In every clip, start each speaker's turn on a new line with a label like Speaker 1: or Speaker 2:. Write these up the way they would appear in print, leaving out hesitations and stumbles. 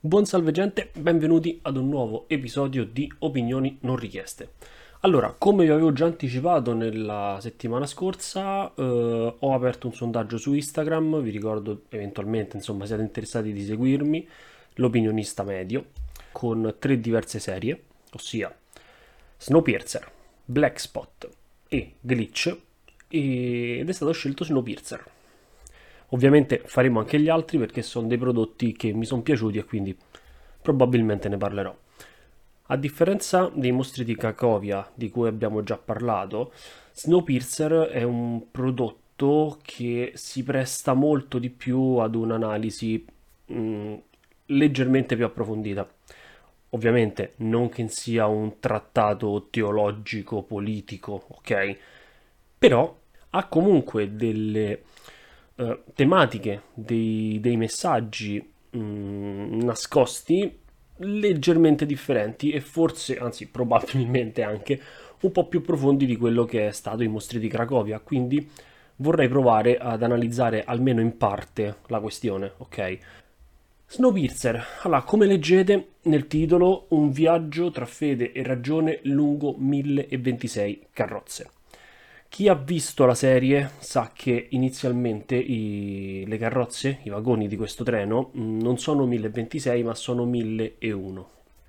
Speaker 1: Buon salve gente, benvenuti ad un nuovo episodio di Opinioni non richieste. Allora, come vi avevo già anticipato nella settimana scorsa, ho aperto un sondaggio su Instagram, vi ricordo eventualmente, insomma, siate interessati di seguirmi, l'opinionista medio, con tre diverse serie, ossia Snowpiercer, Blackspot e Glitch, ed è stato scelto Snowpiercer. Ovviamente faremo anche gli altri perché sono dei prodotti che mi sono piaciuti e quindi probabilmente ne parlerò. A differenza dei mostri di Cracovia di cui abbiamo già parlato, Snowpiercer è un prodotto che si presta molto di più ad un'analisi leggermente più approfondita. Ovviamente non che sia un trattato teologico, politico, ok? Però ha comunque delle tematiche, dei messaggi nascosti leggermente differenti e forse, anzi probabilmente anche un po' più profondi di quello che è stato i mostri di Cracovia, quindi vorrei provare ad analizzare almeno in parte la questione, ok? Snowpiercer, allora, come leggete nel titolo, un viaggio tra fede e ragione lungo 1026 carrozze. Chi ha visto la serie sa che inizialmente le carrozze, i vagoni di questo treno, non sono 1026 ma sono 1001.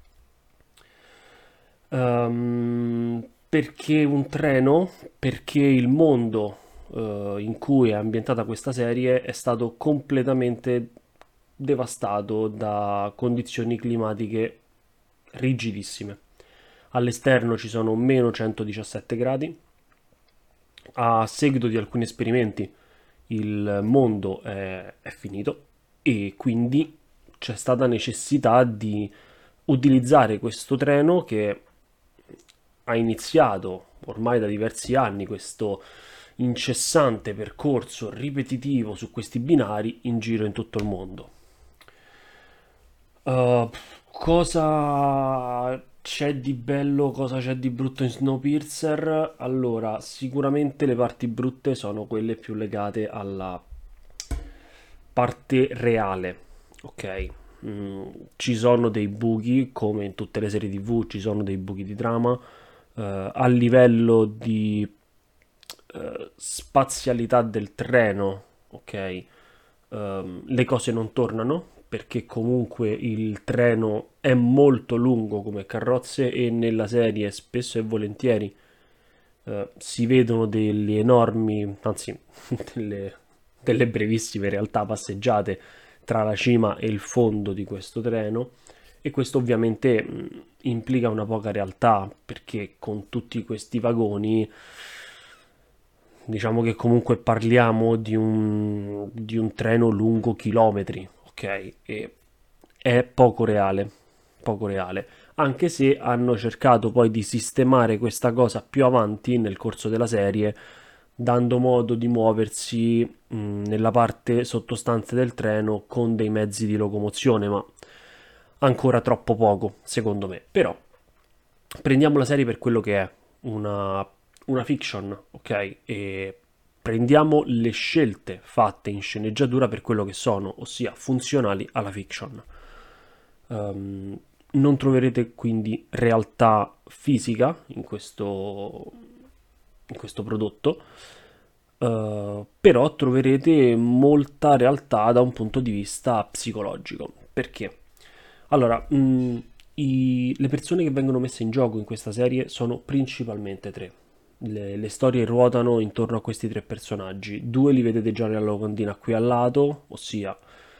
Speaker 1: Perché un treno? Perché il mondo in cui è ambientata questa serie è stato completamente devastato da condizioni climatiche rigidissime. All'esterno ci sono meno 117 gradi. A seguito di alcuni esperimenti il mondo è finito e quindi c'è stata necessità di utilizzare questo treno che ha iniziato ormai da diversi anni questo incessante percorso ripetitivo su questi binari in giro in tutto il mondo. Uh, cosa c'è di bello, cosa c'è di brutto in Snowpiercer? Allora, sicuramente le parti brutte sono quelle più legate alla parte reale, ok? Ci sono dei buchi, come in tutte le serie TV, ci sono dei buchi di trama. A livello di spazialità del treno, ok? Le cose non tornano perché comunque il treno è molto lungo come carrozze e nella serie spesso e volentieri si vedono delle enormi, anzi delle, delle brevissime in realtà passeggiate tra la cima e il fondo di questo treno e questo ovviamente implica una poca realtà perché con tutti questi vagoni diciamo che comunque parliamo di un treno lungo chilometri, ok? E è poco reale, poco reale. Anche se hanno cercato poi di sistemare questa cosa più avanti nel corso della serie, dando modo di muoversi nella parte sottostante del treno con dei mezzi di locomozione, ma ancora troppo poco, secondo me. Però prendiamo la serie per quello che è, una fiction, ok? E prendiamo le scelte fatte in sceneggiatura per quello che sono, ossia funzionali alla fiction. Non troverete quindi realtà fisica in questo prodotto, però troverete molta realtà da un punto di vista psicologico. Perché? Allora, le persone che vengono messe in gioco in questa serie sono principalmente tre. Le storie ruotano intorno a questi tre personaggi. Due li vedete già nella locandina qui al lato, ossia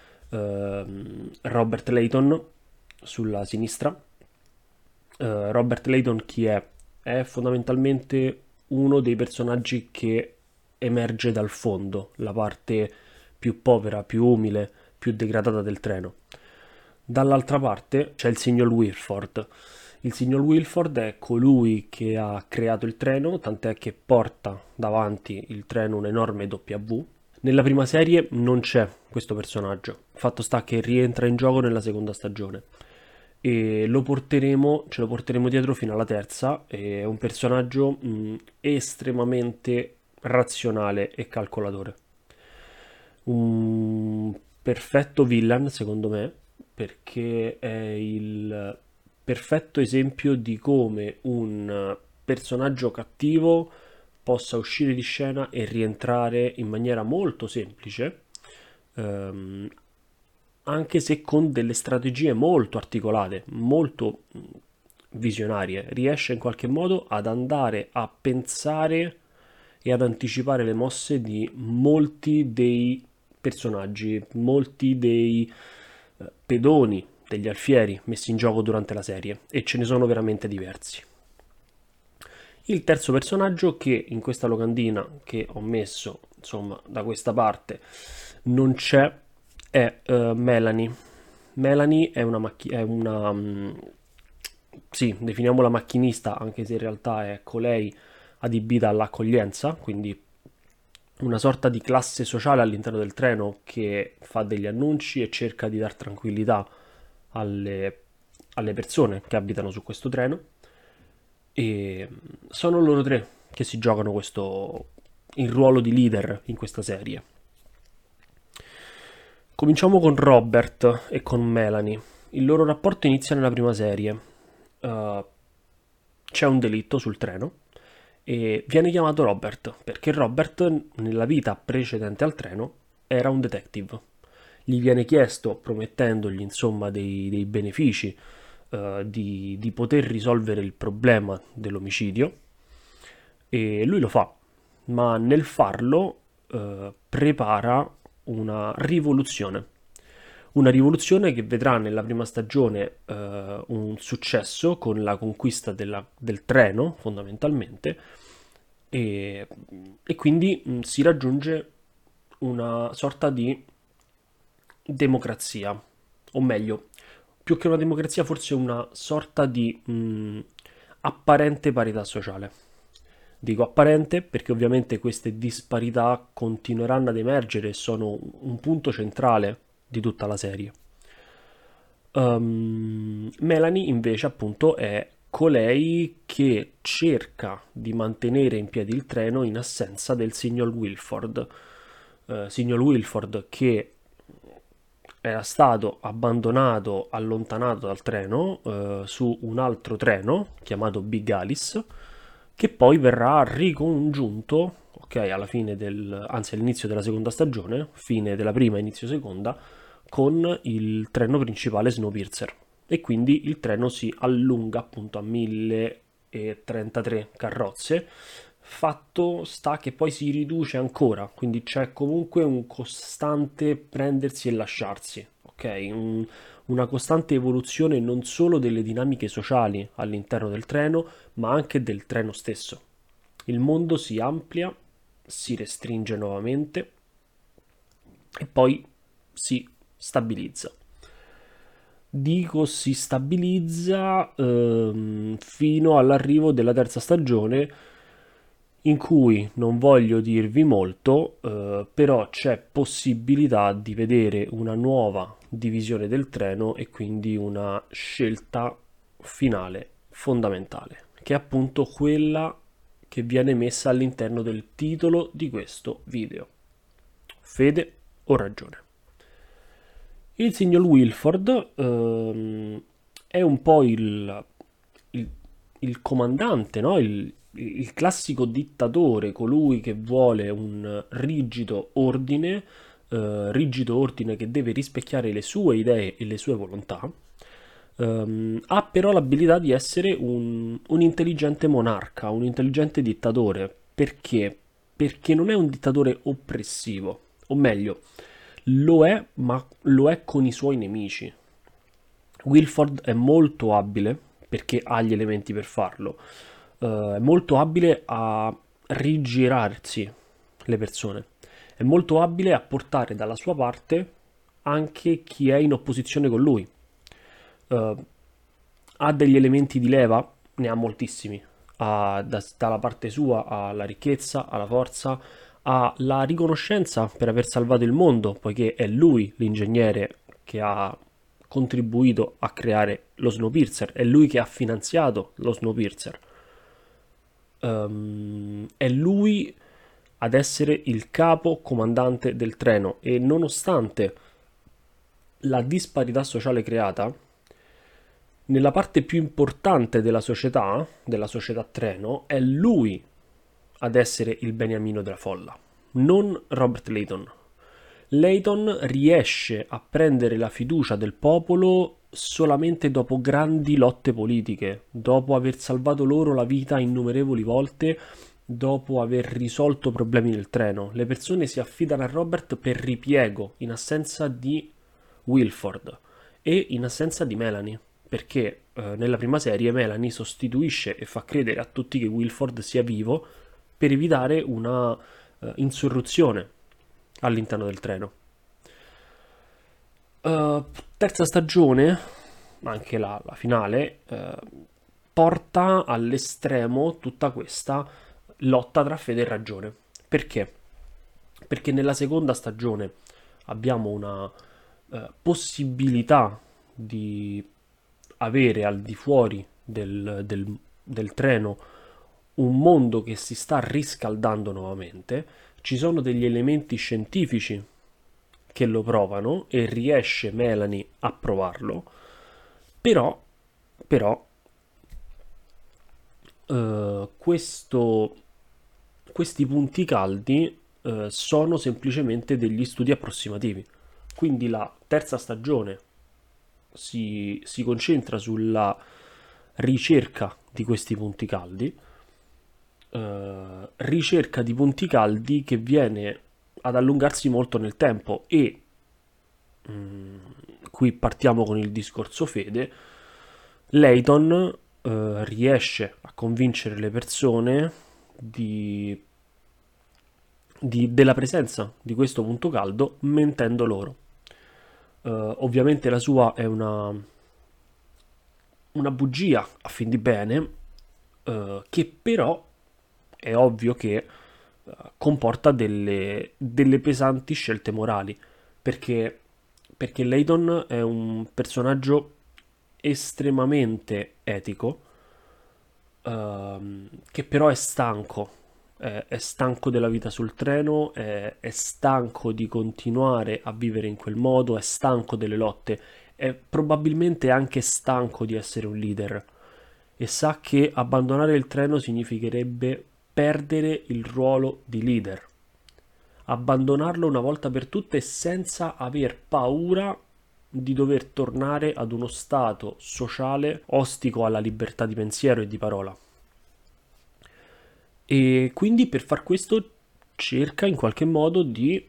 Speaker 1: Robert Layton sulla sinistra. Robert Layton chi è? È fondamentalmente uno dei personaggi che emerge dal fondo, la parte più povera, più umile, più degradata del treno. Dall'altra parte c'è il signor Wilford. Il signor Wilford è colui che ha creato il treno, tant'è che porta davanti il treno un enorme W. Nella prima serie non c'è questo personaggio, fatto sta che rientra in gioco nella seconda stagione e ce lo porteremo dietro fino alla terza. È un personaggio estremamente razionale e calcolatore. Un perfetto villain, secondo me, perché è il perfetto esempio di come un personaggio cattivo possa uscire di scena e rientrare in maniera molto semplice, ehm, anche se con delle strategie molto articolate, molto visionarie, riesce in qualche modo ad andare a pensare e ad anticipare le mosse di molti dei personaggi, molti dei pedoni, degli alfieri messi in gioco durante la serie, e ce ne sono veramente diversi. Il terzo personaggio che in questa locandina che ho messo, insomma, da questa parte non c'è è Melanie. Melanie è sì, definiamola macchinista, anche se in realtà è colei adibita all'accoglienza, quindi una sorta di classe sociale all'interno del treno che fa degli annunci e cerca di dar tranquillità alle, alle persone che abitano su questo treno. E sono loro tre che si giocano il ruolo di leader in questa serie. Cominciamo con Robert e con Melanie. Il loro rapporto inizia nella prima serie. Uh, C'è un delitto sul treno e viene chiamato Robert perché Robert nella vita precedente al treno era un detective. Gli viene chiesto, promettendogli insomma dei benefici, di poter risolvere il problema dell'omicidio, e lui lo fa, ma nel farlo prepara una rivoluzione. Una rivoluzione che vedrà nella prima stagione un successo con la conquista del treno, fondamentalmente, e, e quindi si raggiunge una sorta di democrazia, o meglio, più che una democrazia, forse una sorta di apparente parità sociale. Dico apparente perché ovviamente queste disparità continueranno ad emergere e sono un punto centrale di tutta la serie. Melanie invece appunto è colei che cerca di mantenere in piedi il treno in assenza del signor Wilford. Signor Wilford che era stato abbandonato, allontanato dal treno su un altro treno chiamato Big Alice, che poi verrà ricongiunto, ok, alla fine anzi all'inizio della seconda stagione, fine della prima, inizio seconda, con il treno principale Snowpiercer. E quindi il treno si allunga appunto a 1033 carrozze. Fatto sta che poi si riduce ancora, quindi c'è comunque un costante prendersi e lasciarsi, ok? Una costante evoluzione non solo delle dinamiche sociali all'interno del treno, ma anche del treno stesso. Il mondo si amplia, si restringe nuovamente e poi si stabilizza. Dico si stabilizza fino all'arrivo della terza stagione, in cui non voglio dirvi molto, però c'è possibilità di vedere una nuova divisione del treno e quindi una scelta finale fondamentale, che è appunto quella che viene messa all'interno del titolo di questo video. Fede o ragione? Il signor Wilford è un po' il- il comandante, no? Il classico dittatore, colui che vuole un rigido ordine che deve rispecchiare le sue idee e le sue volontà. Ha però l'abilità di essere un intelligente monarca, un intelligente dittatore. Perché? Perché non è un dittatore oppressivo, o meglio, lo è, ma lo è con i suoi nemici. Wilford è molto abile, perché ha gli elementi per farlo, è molto abile a rigirarsi le persone, è molto abile a portare dalla sua parte anche chi è in opposizione con lui. Eh, Ha degli elementi di leva, ne ha moltissimi. Dalla parte sua ha la ricchezza, ha la forza, ha la riconoscenza per aver salvato il mondo, poiché è lui l'ingegnere che ha contribuito a creare lo Snowpiercer, è lui che ha finanziato lo Snowpiercer. È lui ad essere il capo comandante del treno, e nonostante la disparità sociale creata nella parte più importante della società treno, è lui ad essere il beniamino della folla, non Robert Layton. Layton riesce a prendere la fiducia del popolo solamente dopo grandi lotte politiche, dopo aver salvato loro la vita innumerevoli volte, dopo aver risolto problemi del treno. Le persone si affidano a Robert per ripiego, in assenza di Wilford e in assenza di Melanie, perché nella prima serie Melanie sostituisce e fa credere a tutti che Wilford sia vivo per evitare una insurrezione all'interno del treno. Terza stagione, anche la finale, porta all'estremo tutta questa lotta tra fede e ragione. Perché? Perché nella seconda stagione abbiamo una possibilità di avere al di fuori del treno un mondo che si sta riscaldando nuovamente. Ci sono degli elementi scientifici che lo provano e riesce Melanie a provarlo, però, però questi punti caldi sono semplicemente degli studi approssimativi. Quindi la terza stagione si concentra sulla ricerca di questi punti caldi, ricerca di punti caldi che viene ad allungarsi molto nel tempo e qui partiamo con il discorso fede. Layton riesce a convincere le persone della presenza di questo punto caldo mentendo loro. Ovviamente la sua è una bugia a fin di bene, che però è ovvio che comporta delle pesanti scelte morali, perché, perché Layton è un personaggio estremamente etico, che però è stanco, è stanco della vita sul treno, è stanco di continuare a vivere in quel modo, è stanco delle lotte, è probabilmente anche stanco di essere un leader e sa che abbandonare il treno significherebbe perdere il ruolo di leader, abbandonarlo una volta per tutte senza aver paura di dover tornare ad uno stato sociale ostico alla libertà di pensiero e di parola. E quindi per far questo cerca in qualche modo di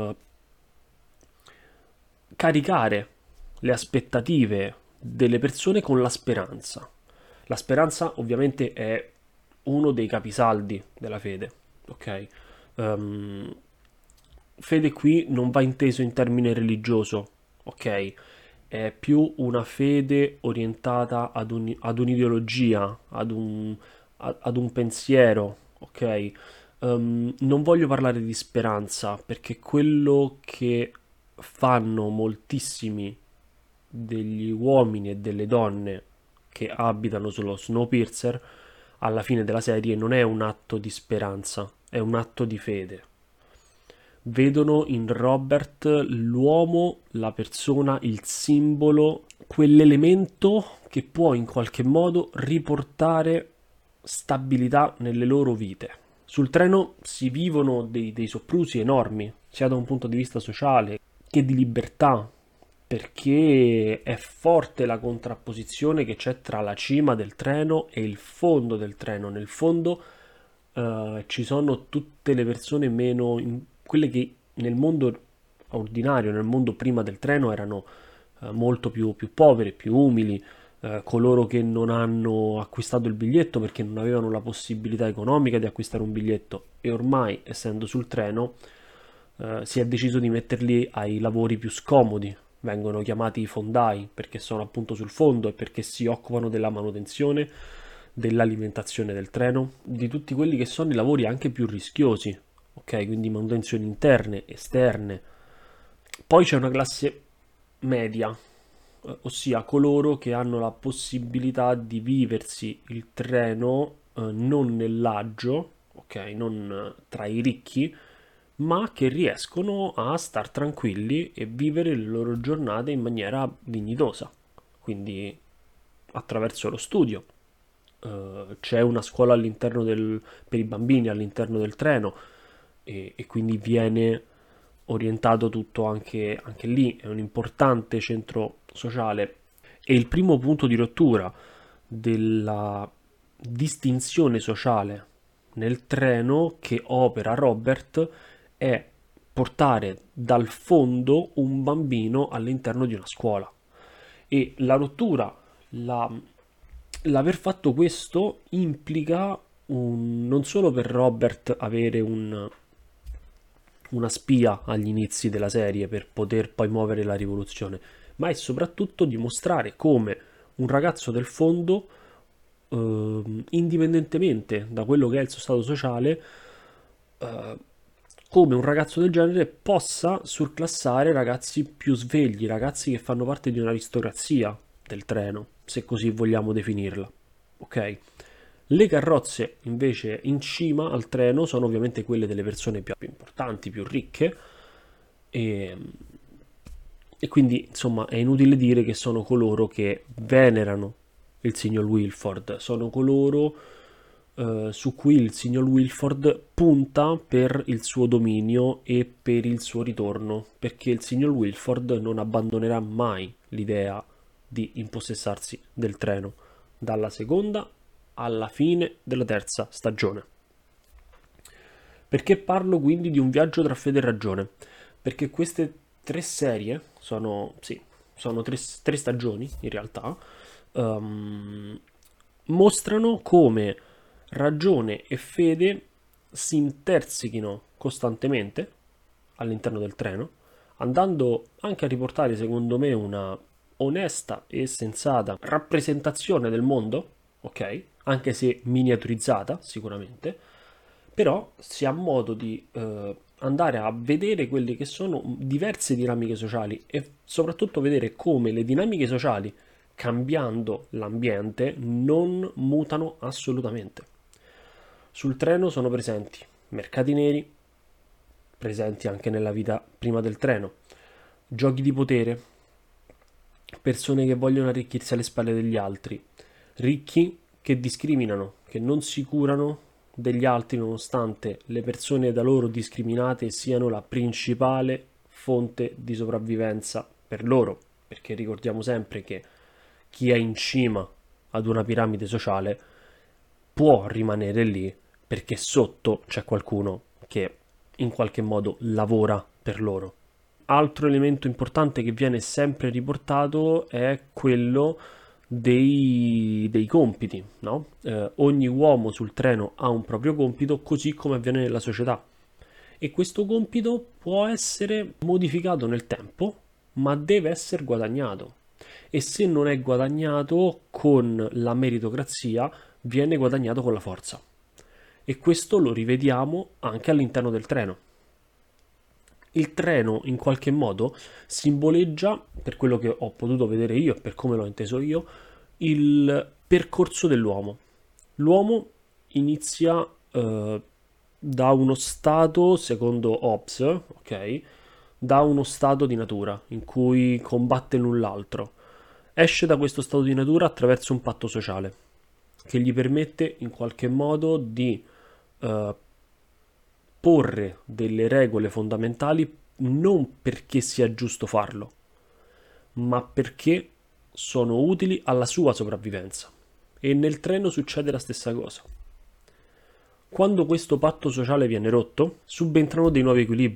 Speaker 1: caricare le aspettative delle persone con la speranza. La speranza ovviamente è uno dei capisaldi della fede, ok? Ehm, Fede qui non va inteso in termine religioso, ok? È più una fede orientata ad un'ideologia, ad un pensiero, ok? Non voglio parlare di speranza perché quello che fanno moltissimi degli uomini e delle donne che abitano sullo Snowpiercer alla fine della serie non è un atto di speranza, è un atto di fede. Vedono in Robert l'uomo, la persona, il simbolo, quell'elemento che può in qualche modo riportare stabilità nelle loro vite. Sul treno si vivono dei soprusi enormi, sia da un punto di vista sociale che di libertà, perché è forte la contrapposizione che c'è tra la cima del treno e il fondo del treno. Nel fondo ci sono tutte le persone quelle che nel mondo ordinario, nel mondo prima del treno erano molto più povere, più umili, coloro che non hanno acquistato il biglietto perché non avevano la possibilità economica di acquistare un biglietto e ormai, essendo sul treno, si è deciso di metterli ai lavori più scomodi. Vengono chiamati fondai perché sono appunto sul fondo e perché si occupano della manutenzione, dell'alimentazione del treno, di tutti quelli che sono i lavori anche più rischiosi, ok? Quindi manutenzioni interne, esterne. Poi c'è una classe media, ossia coloro che hanno la possibilità di viversi il treno non nell'agio, ok? Non tra i ricchi, ma che riescono a star tranquilli e vivere le loro giornate in maniera dignitosa, quindi attraverso lo studio. C'è una scuola per i bambini all'interno del treno e quindi viene orientato tutto anche lì, è un importante centro sociale. E il primo punto di rottura della distinzione sociale nel treno che opera Robert è portare dal fondo un bambino all'interno di una scuola. E la rottura, la- l'aver fatto questo implica non solo per Robert avere una spia agli inizi della serie per poter poi muovere la rivoluzione, ma è soprattutto dimostrare come un ragazzo del fondo, indipendentemente da quello che è il suo stato sociale, eh, come un ragazzo del genere possa surclassare ragazzi più svegli, ragazzi che fanno parte di un'aristocrazia del treno, se così vogliamo definirla. Ok? Le carrozze invece in cima al treno sono ovviamente quelle delle persone più importanti, più ricche e, e quindi insomma è inutile dire che sono coloro che venerano il signor Wilford, sono coloro su cui il signor Wilford punta per il suo dominio e per il suo ritorno, perché il signor Wilford non abbandonerà mai l'idea di impossessarsi del treno, dalla seconda alla fine della terza stagione. Perché parlo quindi di un viaggio tra fede e ragione? Perché queste tre serie sono, sì, sono tre stagioni in realtà, ehm, mostrano come ragione e fede si intersechino costantemente all'interno del treno, andando anche a riportare, secondo me, una onesta e sensata rappresentazione del mondo, ok? Anche se miniaturizzata, sicuramente, però si ha modo di andare a vedere quelle che sono diverse dinamiche sociali e soprattutto vedere come le dinamiche sociali, cambiando l'ambiente, non mutano assolutamente. Sul treno sono presenti mercati neri, presenti anche nella vita prima del treno, giochi di potere, persone che vogliono arricchirsi alle spalle degli altri, ricchi che discriminano, che non si curano degli altri nonostante le persone da loro discriminate siano la principale fonte di sopravvivenza per loro, perché ricordiamo sempre che chi è in cima ad una piramide sociale può rimanere lì perché sotto c'è qualcuno che in qualche modo lavora per loro. Altro elemento importante che viene sempre riportato è quello dei compiti, no? Ogni uomo sul treno ha un proprio compito, così come avviene nella società. E questo compito può essere modificato nel tempo, ma deve essere guadagnato. E se non è guadagnato con la meritocrazia, viene guadagnato con la forza. E questo lo rivediamo anche all'interno del treno. Il treno in qualche modo simboleggia, per quello che ho potuto vedere io e per come l'ho inteso io, il percorso dell'uomo. L'uomo inizia da uno stato, secondo Hobbes, ok? Da uno stato di natura in cui combatte l'un l'altro. Esce da questo stato di natura attraverso un patto sociale che gli permette in qualche modo di eh, porre delle regole fondamentali non perché sia giusto farlo, ma perché sono utili alla sua sopravvivenza. E nel treno succede la stessa cosa. Quando questo patto sociale viene rotto, subentrano dei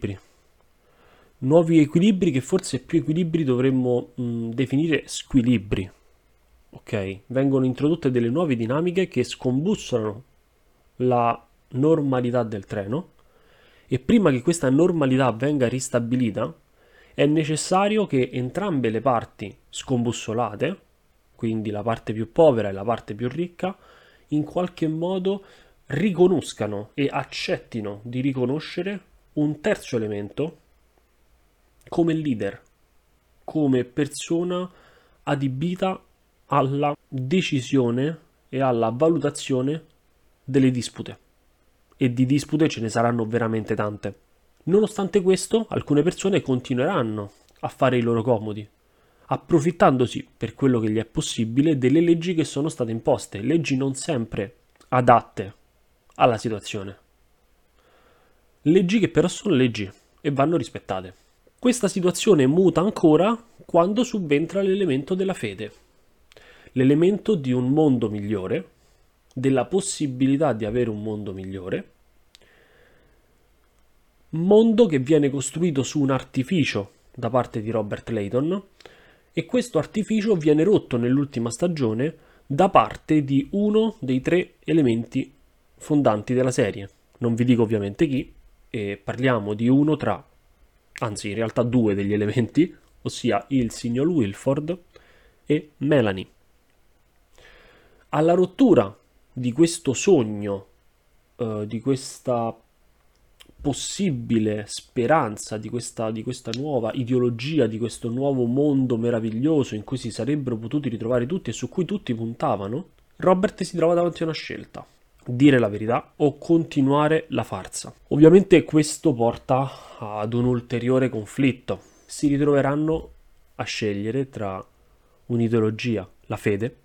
Speaker 1: nuovi equilibri che forse più equilibri dovremmo definire squilibri. Ok? Vengono introdotte delle nuove dinamiche che scombussolano la normalità del treno e prima che questa normalità venga ristabilita è necessario che entrambe le parti scombussolate, quindi la parte più povera e la parte più ricca, in qualche modo riconoscano e accettino di riconoscere un terzo elemento come leader, come persona adibita alla decisione e alla valutazione delle dispute. E di dispute ce ne saranno veramente tante Nonostante questo, alcune persone continueranno a fare i loro comodi, approfittandosi, per quello che gli è possibile, delle leggi che sono state imposte, leggi non sempre adatte alla situazione, leggi che però sono leggi e vanno rispettate. Questa situazione muta ancora quando subentra l'elemento della fede, l'elemento di un mondo migliore, della possibilità di avere un mondo migliore, mondo che viene costruito su un artificio da parte di Robert Layton, e questo artificio viene rotto nell'ultima stagione da parte di uno dei 3 elementi fondanti della serie. Non vi dico ovviamente chi, e parliamo di uno tra, anzi in realtà 2 degli elementi, ossia il signor Wilford e Melanie. Alla rottura di questo sogno, di questa possibile speranza, di questa nuova ideologia, di questo nuovo mondo meraviglioso in cui si sarebbero potuti ritrovare tutti e su cui tutti puntavano, Robert si trova davanti a una scelta: dire la verità o continuare la farsa. Ovviamente questo porta ad un ulteriore conflitto. Si ritroveranno a scegliere tra un'ideologia, la fede,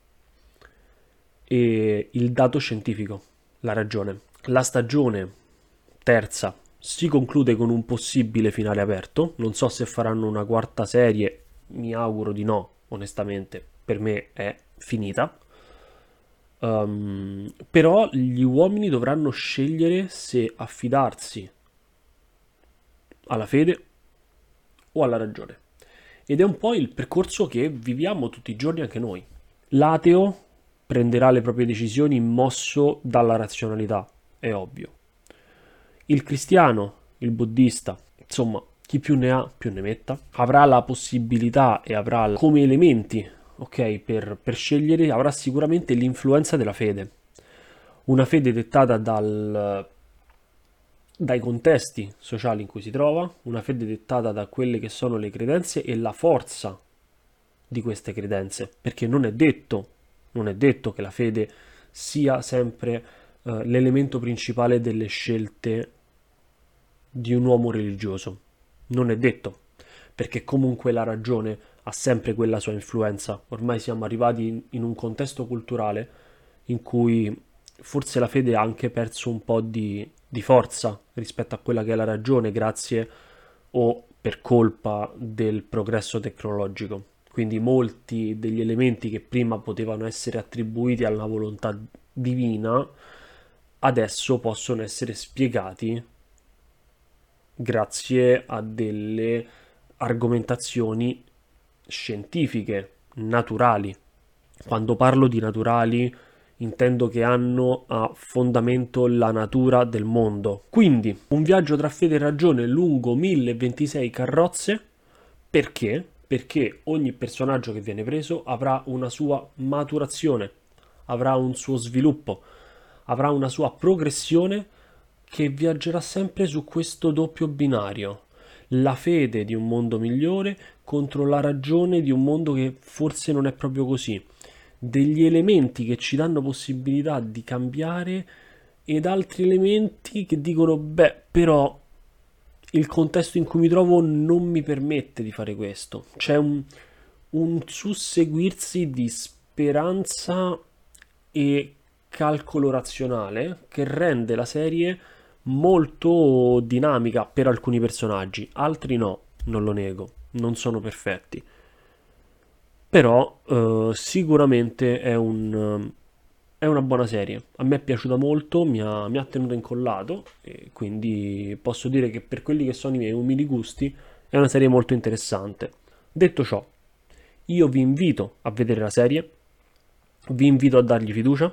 Speaker 1: e il dato scientifico, la ragione. La stagione terza si conclude con un possibile finale aperto. Non so se faranno una quarta serie, mi auguro di no, onestamente. Per me è finita. Però gli uomini dovranno scegliere se affidarsi alla fede o alla ragione. Ed è un po' il percorso che viviamo tutti i giorni anche noi. L'ateo prenderà le proprie decisioni mosso dalla razionalità, è ovvio. Il cristiano, il buddista, insomma, chi più ne ha più ne metta, avrà la possibilità e avrà come elementi, ok, per scegliere, avrà sicuramente l'influenza della fede. Una fede dettata dai contesti sociali in cui si trova, una fede dettata da quelle che sono le credenze e la forza di queste credenze, perché non è detto che la fede sia sempre l'elemento principale delle scelte di un uomo religioso. Non è detto, perché comunque la ragione ha sempre quella sua influenza. Ormai siamo arrivati in un contesto culturale in cui forse la fede ha anche perso un po' di forza rispetto a quella che è la ragione, grazie o per colpa del progresso tecnologico. Quindi molti degli elementi che prima potevano essere attribuiti alla volontà divina adesso possono essere spiegati grazie a delle argomentazioni scientifiche, naturali. Quando parlo di naturali intendo che hanno a fondamento la natura del mondo. Quindi un viaggio tra fede e ragione lungo 1026 carrozze. Perché? Perché ogni personaggio che viene preso avrà una sua maturazione, avrà un suo sviluppo, avrà una sua progressione che viaggerà sempre su questo doppio binario. La fede di un mondo migliore contro la ragione di un mondo che forse non è proprio così. Degli elementi che ci danno possibilità di cambiare ed altri elementi che dicono, beh, però il contesto in cui mi trovo non mi permette di fare questo. C'è un susseguirsi di speranza e calcolo razionale che rende la serie molto dinamica per alcuni personaggi, altri no, non lo nego, non sono perfetti. Però sicuramente è una buona serie. A me è piaciuta molto, mi ha tenuto incollato e quindi posso dire che per quelli che sono i miei umili gusti è una serie molto interessante. Detto ciò, io vi invito a vedere la serie, vi invito a dargli fiducia,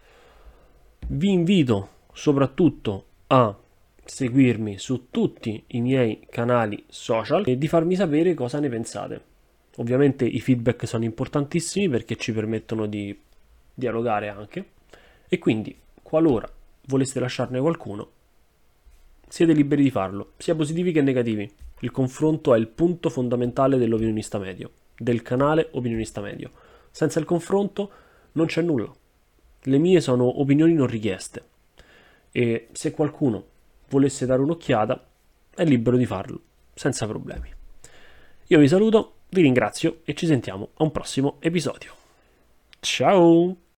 Speaker 1: vi invito soprattutto a seguirmi su tutti i miei canali social e di farmi sapere cosa ne pensate. Ovviamente i feedback sono importantissimi perché ci permettono di dialogare anche, e quindi qualora voleste lasciarne qualcuno siete liberi di farlo, sia positivi che negativi. Il confronto è il punto fondamentale dell'opinionista medio, del canale opinionista medio. Senza il confronto non c'è nulla. Le mie sono opinioni non richieste e se qualcuno volesse dare un'occhiata è libero di farlo, senza problemi. Io vi saluto, vi ringrazio e ci sentiamo a un prossimo episodio. Ciao!